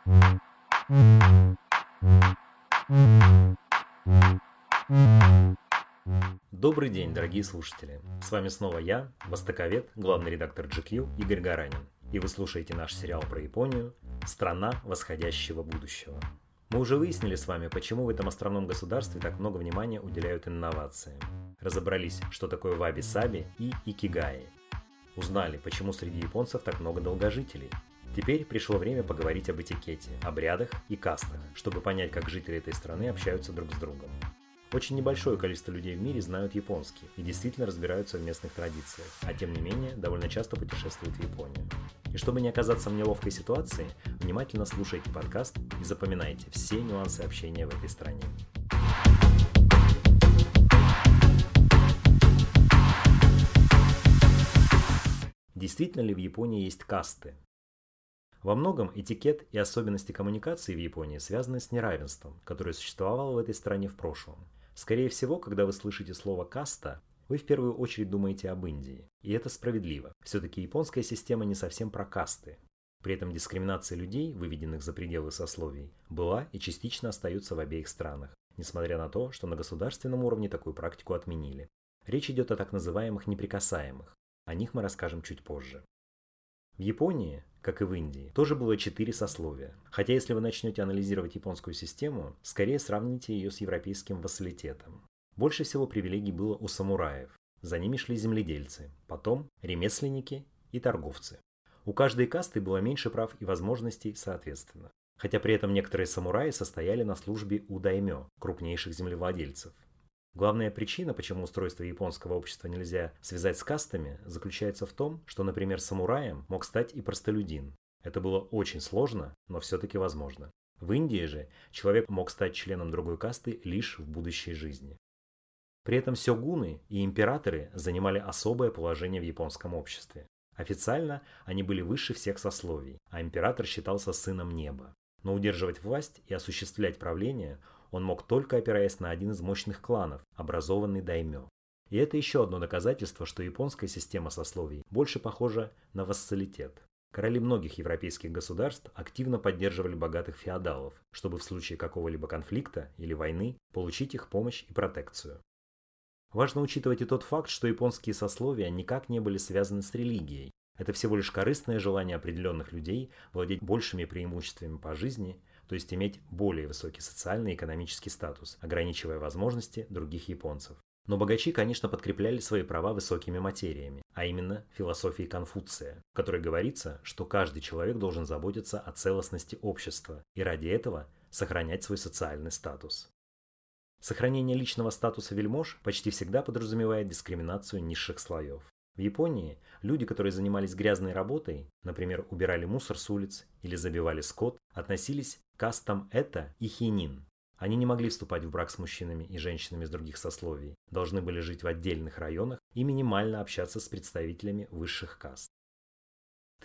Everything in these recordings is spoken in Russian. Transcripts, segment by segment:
Добрый день, дорогие слушатели! С вами снова я, востоковед, главный редактор GQ Игорь Гаранин. И вы слушаете наш сериал про Японию «Страна восходящего будущего». Мы уже выяснили с вами, почему в этом островном государстве так много внимания уделяют инновациям. Разобрались, что такое ваби-саби и икигаи. Узнали, почему среди японцев так много долгожителей. Теперь пришло время поговорить об этикете, обрядах и кастах, чтобы понять, как жители этой страны общаются друг с другом. Очень небольшое количество людей в мире знают японский и действительно разбираются в местных традициях, а тем не менее довольно часто путешествуют в Японию. И чтобы не оказаться в неловкой ситуации, внимательно слушайте подкаст и запоминайте все нюансы общения в этой стране. Действительно ли в Японии есть касты? Во многом этикет и особенности коммуникации в Японии связаны с неравенством, которое существовало в этой стране в прошлом. Скорее всего, когда вы слышите слово «каста», вы в первую очередь думаете об Индии. И это справедливо. Все-таки японская система не совсем про касты. При этом дискриминация людей, выведенных за пределы сословий, была и частично остается в обеих странах, несмотря на то, что на государственном уровне такую практику отменили. Речь идет о так называемых неприкасаемых. О них мы расскажем чуть позже. В Японии, как и в Индии, тоже было 4 сословия. Хотя если вы начнете анализировать японскую систему, скорее сравните ее с европейским вассалитетом. Больше всего привилегий было у самураев. За ними шли земледельцы, потом ремесленники и торговцы. У каждой касты было меньше прав и возможностей соответственно. Хотя при этом некоторые самураи состояли на службе у даймё, крупнейших землевладельцев. Главная причина, почему устройство японского общества нельзя связать с кастами, заключается в том, что, например, самураем мог стать и простолюдин. Это было очень сложно, но все-таки возможно. В Индии же человек мог стать членом другой касты лишь в будущей жизни. При этом сёгуны и императоры занимали особое положение в японском обществе. Официально они были выше всех сословий, а император считался сыном неба. Но удерживать власть и осуществлять правление он мог только опираясь на один из мощных кланов, образованный даймё. И это еще одно доказательство, что японская система сословий больше похожа на вассалитет. Короли многих европейских государств активно поддерживали богатых феодалов, чтобы в случае какого-либо конфликта или войны получить их помощь и протекцию. Важно учитывать и тот факт, что японские сословия никак не были связаны с религией. Это всего лишь корыстное желание определенных людей владеть большими преимуществами по жизни, то есть иметь более высокий социальный и экономический статус, ограничивая возможности других японцев. Но богачи, конечно, подкрепляли свои права высокими материями, а именно философией Конфуция, в которой говорится, что каждый человек должен заботиться о целостности общества и ради этого сохранять свой социальный статус. Сохранение личного статуса вельмож почти всегда подразумевает дискриминацию низших слоев. В Японии люди, которые занимались грязной работой, например, убирали мусор с улиц или забивали скот, относились к кастам эта и хинин. Они не могли вступать в брак с мужчинами и женщинами из других сословий, должны были жить в отдельных районах и минимально общаться с представителями высших каст. В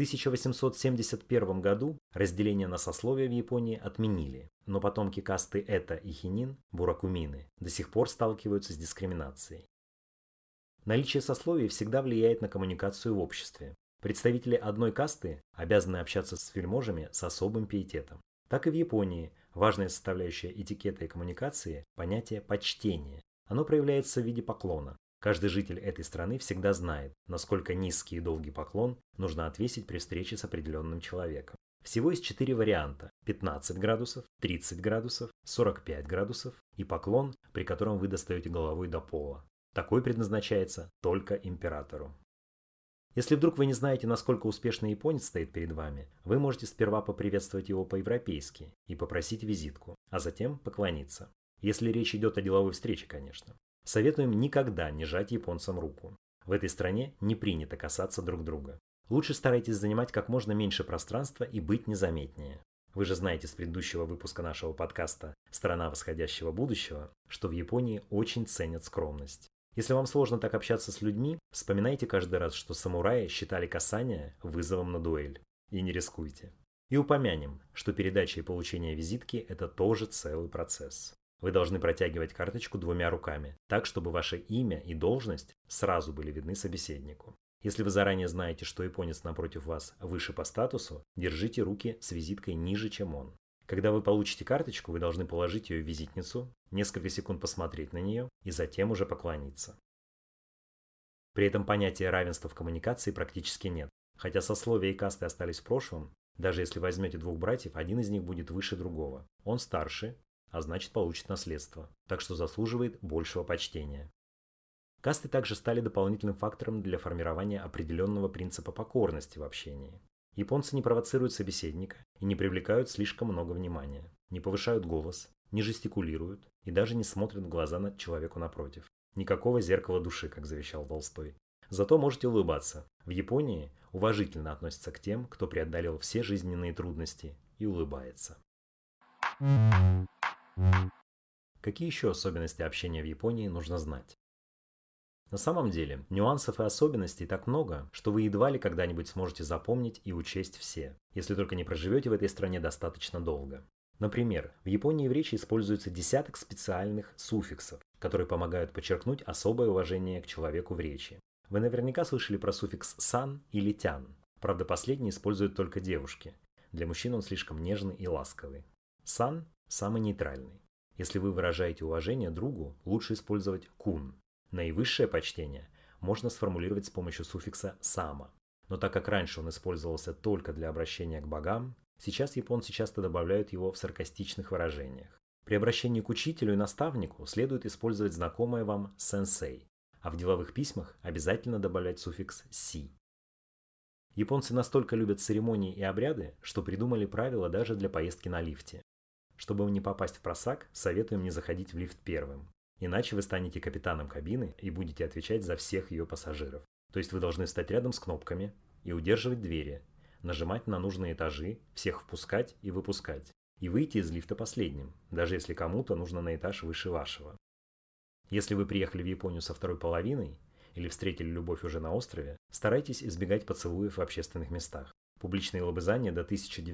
1871 году разделение на сословия в Японии отменили, но потомки касты эта и хинин, буракумины, до сих пор сталкиваются с дискриминацией. Наличие сословий всегда влияет на коммуникацию в обществе. Представители одной касты обязаны общаться с вельможами с особым пиететом. Так и в Японии важная составляющая этикета и коммуникации – понятие почтения. Оно проявляется в виде поклона. Каждый житель этой страны всегда знает, насколько низкий и долгий поклон нужно отвесить при встрече с определенным человеком. Всего есть 4 варианта – 15 градусов, 30 градусов, 45 градусов и поклон, при котором вы достаете головой до пола. Такой предназначается только императору. Если вдруг вы не знаете, насколько успешный японец стоит перед вами, вы можете сперва поприветствовать его по-европейски и попросить визитку, а затем поклониться. Если речь идет о деловой встрече, конечно. Советуем никогда не жать японцам руку. В этой стране не принято касаться друг друга. Лучше старайтесь занимать как можно меньше пространства и быть незаметнее. Вы же знаете с предыдущего выпуска нашего подкаста «Страна восходящего будущего», что в Японии очень ценят скромность. Если вам сложно так общаться с людьми, вспоминайте каждый раз, что самураи считали касание вызовом на дуэль. И не рискуйте. И упомянем, что передача и получение визитки – это тоже целый процесс. Вы должны протягивать карточку 2 руками, так, чтобы ваше имя и должность сразу были видны собеседнику. Если вы заранее знаете, что японец напротив вас выше по статусу, держите руки с визиткой ниже, чем он. Когда вы получите карточку, вы должны положить ее в визитницу, несколько секунд посмотреть на нее и затем уже поклониться. При этом понятия равенства в коммуникации практически нет. Хотя сословия и касты остались в прошлом, даже если возьмете двух братьев, один из них будет выше другого. Он старше, а значит получит наследство, так что заслуживает большего почтения. Касты также стали дополнительным фактором для формирования определенного принципа покорности в общении. Японцы не провоцируют собеседника и не привлекают слишком много внимания, не повышают голос, не жестикулируют и даже не смотрят в глаза человеку напротив. Никакого зеркала души, как завещал Толстой. Зато можете улыбаться. В Японии уважительно относятся к тем, кто преодолел все жизненные трудности и улыбается. Какие еще особенности общения в Японии нужно знать? На самом деле, нюансов и особенностей так много, что вы едва ли когда-нибудь сможете запомнить и учесть все, если только не проживете в этой стране достаточно долго. Например, в Японии в речи используется десяток специальных суффиксов, которые помогают подчеркнуть особое уважение к человеку в речи. Вы наверняка слышали про суффикс «сан» или «тян». Правда, последний используют только девушки. Для мужчин он слишком нежный и ласковый. «Сан» самый нейтральный. Если вы выражаете уважение другу, лучше использовать «кун». Наивысшее почтение можно сформулировать с помощью суффикса «сама». Но так как раньше он использовался только для обращения к богам, сейчас японцы часто добавляют его в саркастичных выражениях. При обращении к учителю и наставнику следует использовать знакомое вам «сенсей», а в деловых письмах обязательно добавлять суффикс «си». Японцы настолько любят церемонии и обряды, что придумали правила даже для поездки на лифте. Чтобы не попасть в просак, советуем не заходить в лифт первым. Иначе вы станете капитаном кабины и будете отвечать за всех ее пассажиров. То есть вы должны встать рядом с кнопками и удерживать двери, нажимать на нужные этажи, всех впускать и выпускать, и выйти из лифта последним, даже если кому-то нужно на этаж выше вашего. Если вы приехали в Японию со второй половиной или встретили любовь уже на острове, старайтесь избегать поцелуев в общественных местах. Публичные лобызания до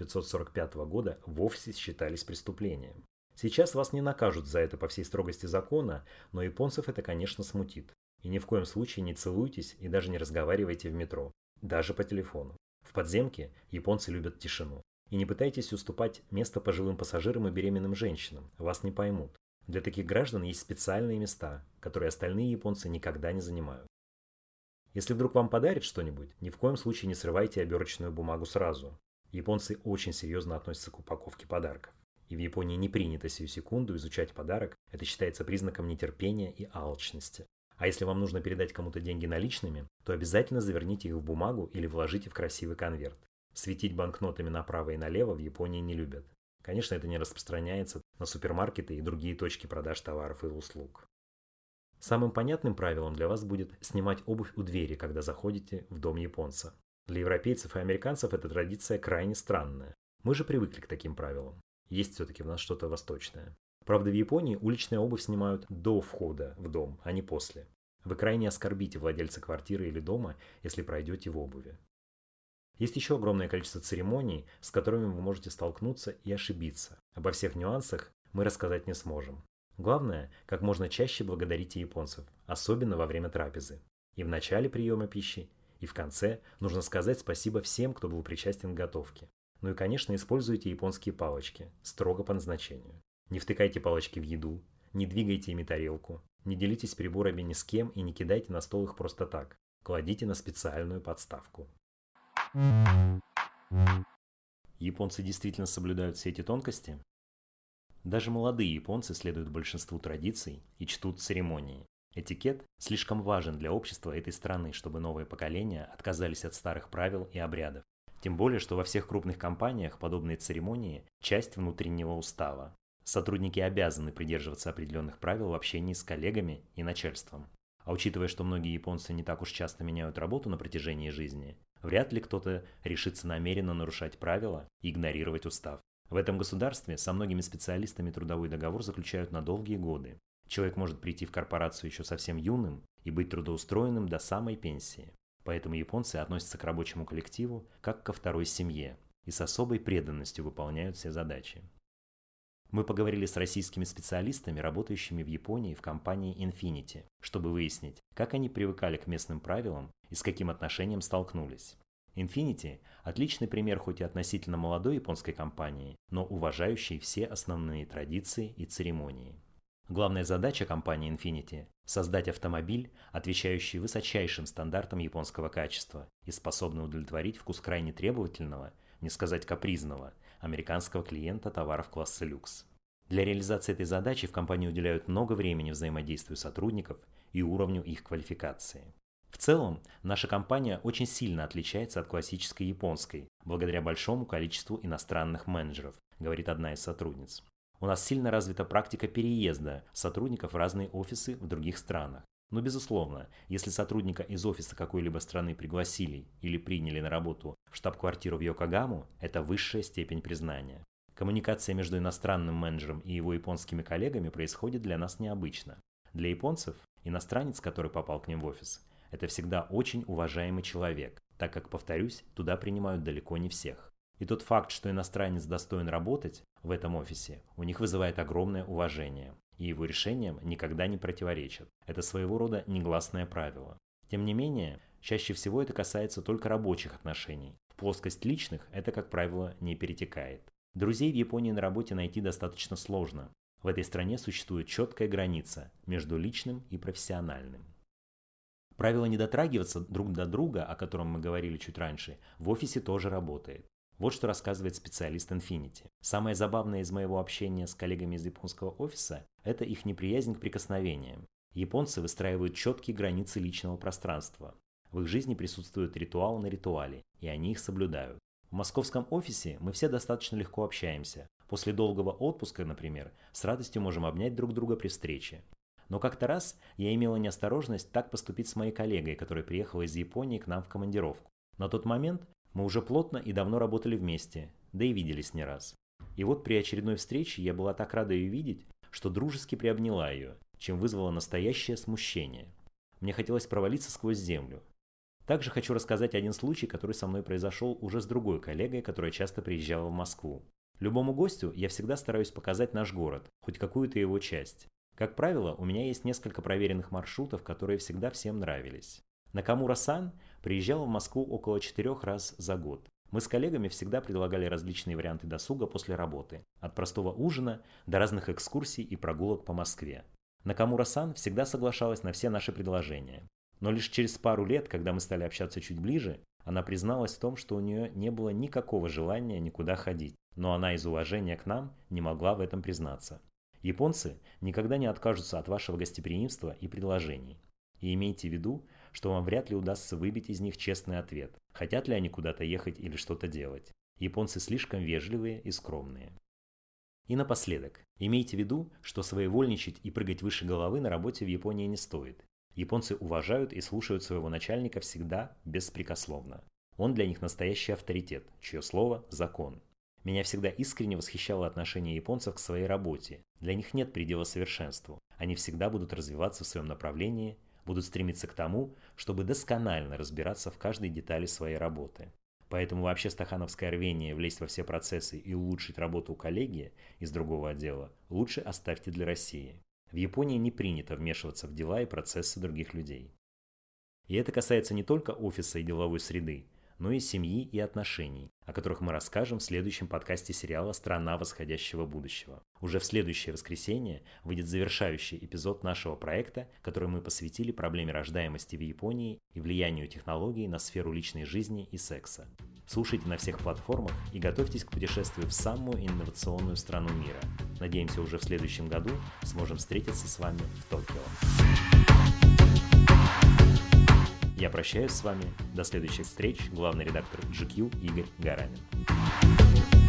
1945 года вовсе считались преступлением. Сейчас вас не накажут за это по всей строгости закона, но японцев это, конечно, смутит. И ни в коем случае не целуйтесь и даже не разговаривайте в метро, даже по телефону. В подземке японцы любят тишину. И не пытайтесь уступать место пожилым пассажирам и беременным женщинам, вас не поймут. Для таких граждан есть специальные места, которые остальные японцы никогда не занимают. Если вдруг вам подарят что-нибудь, ни в коем случае не срывайте оберточную бумагу сразу. Японцы очень серьезно относятся к упаковке подарков. И в Японии не принято сию секунду изучать подарок, это считается признаком нетерпения и алчности. А если вам нужно передать кому-то деньги наличными, то обязательно заверните их в бумагу или вложите в красивый конверт. Светить банкнотами направо и налево в Японии не любят. Конечно, это не распространяется на супермаркеты и другие точки продаж товаров и услуг. Самым понятным правилом для вас будет снимать обувь у двери, когда заходите в дом японца. Для европейцев и американцев эта традиция крайне странная. Мы же привыкли к таким правилам. Есть все-таки в нас что-то восточное. Правда, в Японии уличная обувь снимают до входа в дом, а не после. Вы крайне оскорбите владельца квартиры или дома, если пройдете в обуви. Есть еще огромное количество церемоний, с которыми вы можете столкнуться и ошибиться. Обо всех нюансах мы рассказать не сможем. Главное, как можно чаще благодарите японцев, особенно во время трапезы. И в начале приема пищи, и в конце нужно сказать спасибо всем, кто был причастен к готовке. Ну и, конечно, используйте японские палочки, строго по назначению. Не втыкайте палочки в еду, не двигайте ими тарелку, не делитесь приборами ни с кем и не кидайте на стол их просто так. Кладите на специальную подставку. Японцы действительно соблюдают все эти тонкости? Даже молодые японцы следуют большинству традиций и чтут церемонии. Этикет слишком важен для общества этой страны, чтобы новые поколения отказались от старых правил и обрядов. Тем более, что во всех крупных компаниях подобные церемонии – часть внутреннего устава. Сотрудники обязаны придерживаться определенных правил в общении с коллегами и начальством. А учитывая, что многие японцы не так уж часто меняют работу на протяжении жизни, вряд ли кто-то решится намеренно нарушать правила и игнорировать устав. В этом государстве со многими специалистами трудовой договор заключают на долгие годы. Человек может прийти в корпорацию еще совсем юным и быть трудоустроенным до самой пенсии. Поэтому японцы относятся к рабочему коллективу как ко второй семье и с особой преданностью выполняют все задачи. Мы поговорили с российскими специалистами, работающими в Японии в компании Infinity, чтобы выяснить, как они привыкали к местным правилам и с каким отношением столкнулись. Infinity – отличный пример хоть и относительно молодой японской компании, но уважающей все основные традиции и церемонии. Главная задача компании Infinity – создать автомобиль, отвечающий высочайшим стандартам японского качества и способный удовлетворить вкус крайне требовательного, не сказать капризного, американского клиента товаров класса люкс. Для реализации этой задачи в компании уделяют много времени взаимодействию сотрудников и уровню их квалификации. В целом, наша компания очень сильно отличается от классической японской, благодаря большому количеству иностранных менеджеров, говорит одна из сотрудниц. У нас сильно развита практика переезда сотрудников в разные офисы в других странах. Но, безусловно, если сотрудника из офиса какой-либо страны пригласили или приняли на работу в штаб-квартиру в Йокогаму, это высшая степень признания. Коммуникация между иностранным менеджером и его японскими коллегами происходит для нас необычно. Для японцев иностранец, который попал к ним в офис, это всегда очень уважаемый человек, так как, повторюсь, туда принимают далеко не всех. И тот факт, что иностранец достоин работать в этом офисе, у них вызывает огромное уважение, и его решениям никогда не противоречат. Это своего рода негласное правило. Тем не менее, чаще всего это касается только рабочих отношений. В плоскость личных это, как правило, не перетекает. Друзей в Японии на работе найти достаточно сложно. В этой стране существует четкая граница между личным и профессиональным. Правило не дотрагиваться друг до друга, о котором мы говорили чуть раньше, в офисе тоже работает. Вот что рассказывает специалист Infinity. Самое забавное из моего общения с коллегами из японского офиса – это их неприязнь к прикосновениям. Японцы выстраивают четкие границы личного пространства. В их жизни присутствует ритуал на ритуале, и они их соблюдают. В московском офисе мы все достаточно легко общаемся. После долгого отпуска, например, с радостью можем обнять друг друга при встрече. Но как-то раз я имела неосторожность так поступить с моей коллегой, которая приехала из Японии к нам в командировку. На тот момент мы уже плотно и давно работали вместе, да и виделись не раз. И вот при очередной встрече я была так рада ее видеть, что дружески приобняла ее, чем вызвало настоящее смущение. Мне хотелось провалиться сквозь землю. Также хочу рассказать один случай, который со мной произошел уже с другой коллегой, которая часто приезжала в Москву. Любому гостю я всегда стараюсь показать наш город, хоть какую-то его часть. Как правило, у меня есть несколько проверенных маршрутов, которые всегда всем нравились. Накамура-сан приезжал в Москву около 4 раз за год. Мы с коллегами всегда предлагали различные варианты досуга после работы, от простого ужина до разных экскурсий и прогулок по Москве. Накамура-сан всегда соглашалась на все наши предложения. Но лишь через пару лет, когда мы стали общаться чуть ближе, она призналась в том, что у нее не было никакого желания никуда ходить, но она из уважения к нам не могла в этом признаться. Японцы никогда не откажутся от вашего гостеприимства и предложений. И имейте в виду, что вам вряд ли удастся выбить из них честный ответ, хотят ли они куда-то ехать или что-то делать. Японцы слишком вежливые и скромные. И напоследок, имейте в виду, что своевольничать и прыгать выше головы на работе в Японии не стоит. Японцы уважают и слушают своего начальника всегда беспрекословно. Он для них настоящий авторитет, чье слово – закон. Меня всегда искренне восхищало отношение японцев к своей работе. Для них нет предела совершенству. Они всегда будут развиваться в своем направлении, будут стремиться к тому, чтобы досконально разбираться в каждой детали своей работы. Поэтому вообще стахановское рвение влезть во все процессы и улучшить работу у коллеги из другого отдела лучше оставьте для России. В Японии не принято вмешиваться в дела и процессы других людей. И это касается не только офиса и деловой среды, но и семьи и отношений, о которых мы расскажем в следующем подкасте сериала «Страна восходящего будущего». Уже в следующее воскресенье выйдет завершающий эпизод нашего проекта, который мы посвятили проблеме рождаемости в Японии и влиянию технологий на сферу личной жизни и секса. Слушайте на всех платформах и готовьтесь к путешествию в самую инновационную страну мира. Надеемся, уже в следующем году сможем встретиться с вами в Токио. Я прощаюсь с вами. До следующих встреч. Главный редактор GQ Игорь Гаранин.